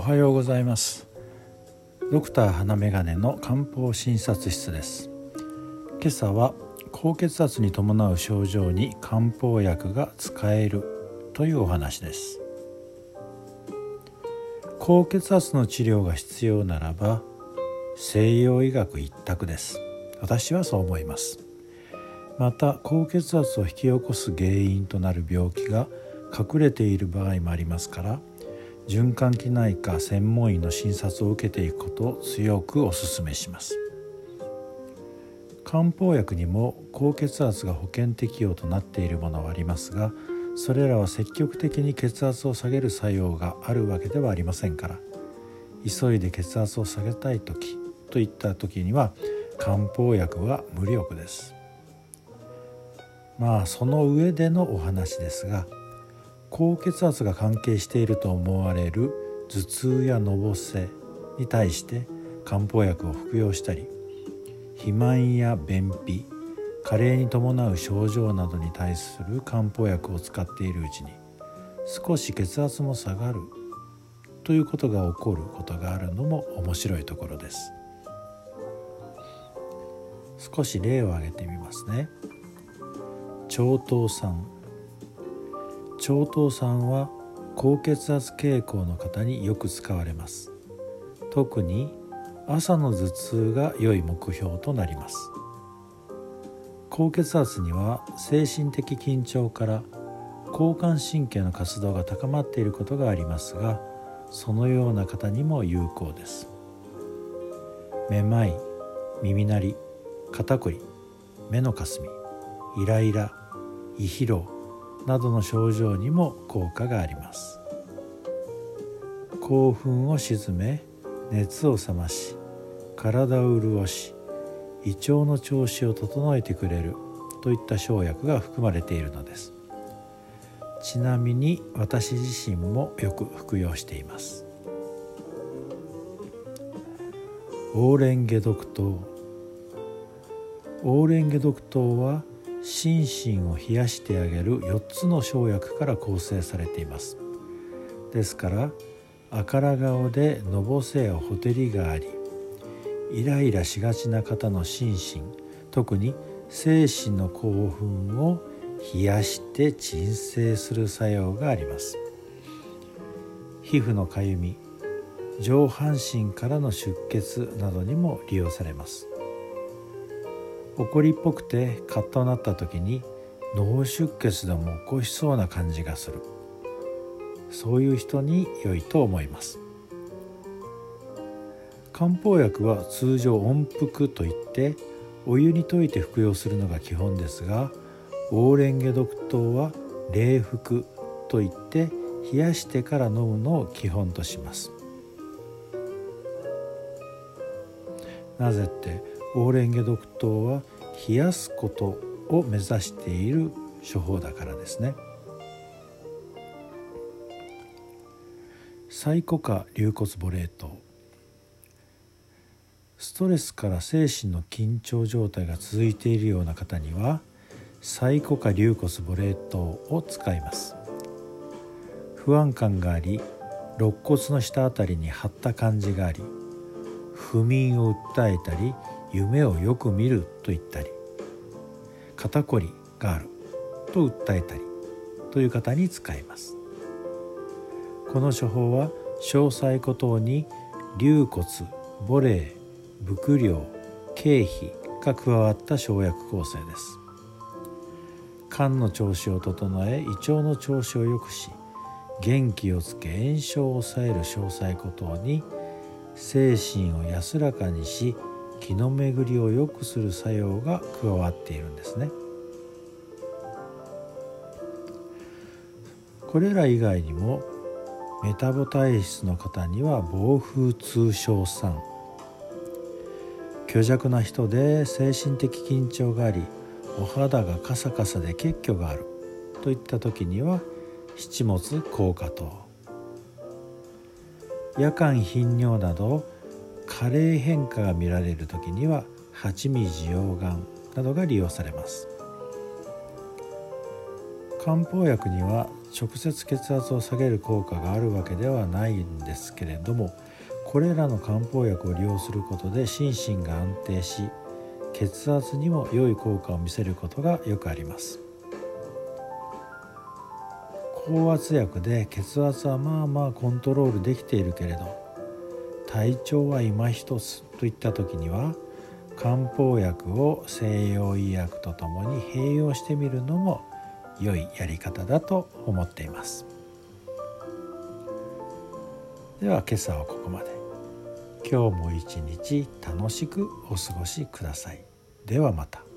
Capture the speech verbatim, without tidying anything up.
はようございます。ドクター花眼鏡の漢方診察室です。今朝は高血圧に伴う症状に漢方薬が使えるというお話です。高血圧の治療が必要ならば西洋医学一択です。私はそう思います。また高血圧を引き起こす原因となる病気が隠れている場合もありますから、循環器内科専門医の診察を受けていくことを強くお勧めします。漢方薬にも高血圧が保険適用となっているものはありますが、それらは積極的に血圧を下げる作用があるわけではありませんから、急いで血圧を下げたいときといったときには漢方薬は無力です。まあその上でのお話ですが、高血圧が関係していると思われる頭痛やのぼせに対して漢方薬を服用したり、肥満や便秘、加齢に伴う症状などに対する漢方薬を使っているうちに少し血圧も下がるということが起こることがあるのも面白いところです。少し例を挙げてみますね。長頭酸。長頭酸は高血圧傾向の方によく使われます。特に朝の頭痛が良い目標となります。高血圧には精神的緊張から交感神経の活動が高まっていることがありますが、そのような方にも有効です。めまい、耳鳴り、肩こり、目のかすみ、イライラ、胃疲労などの症状にも効果があります。興奮を鎮め、熱を冷まし、体を潤し、胃腸の調子を整えてくれるといった生薬が含まれているのです。ちなみに私自身もよく服用しています。オーレンゲ毒湯。オーレンゲ毒湯は心身を冷やしてあげるよっつの生薬から構成されています。ですから赤ら顔でのぼせやほてりがあり、イライラしがちな方の心身、特に精神の興奮を冷やして鎮静する作用があります。皮膚のかゆみ、上半身からの出血などにも利用されます。怒りっぽくてカッとなった時に脳出血でも起こしそうな感じがする、そういう人に良いと思います。漢方薬は通常温服といってお湯に溶いて服用するのが基本ですが、オーレンゲ毒湯は冷服といって冷やしてから飲むのを基本とします。なぜってオーレンゲ毒湯は冷やすことを目指している処方だからですね。サイコカ龍骨母冷湯。ストレスから精神の緊張状態が続いているような方にはサイコカ龍骨母冷湯を使います。不安感があり、肋骨の下あたりに張った感じがあり、不眠を訴えたり、夢をよく見ると言ったり、肩こりがあると訴えたりという方に使います。この処方は小サイコ湯に龍骨、母冷、伏量、経皮が加わった生薬構成です。肝の調子を整え、胃腸の調子を良くし、元気をつけ炎症を抑える小サイコ湯に精神を安らかにし、気の巡りを良くする作用が加わっているんですね。これら以外にもメタボ体質の方には暴風痛症酸、虚弱な人で精神的緊張があり、お肌がカサカサで血虚があるといった時には七物硬化湯、夜間頻尿など加齢変化が見られる時には八味地黄丸などが利用されます。 漢方薬には直接血圧を下げる効果があるわけではないんですけれども、これらの漢方薬を利用することで心身が安定し、血圧にも良い効果を見せることがよくあります。高圧薬で血圧はまあまあコントロールできているけれど、体調は今一つといった時には、漢方薬を西洋医薬とともに併用してみるのも良いやり方だと思っています。では今朝はここまで。今日も一日楽しくお過ごしください。ではまた。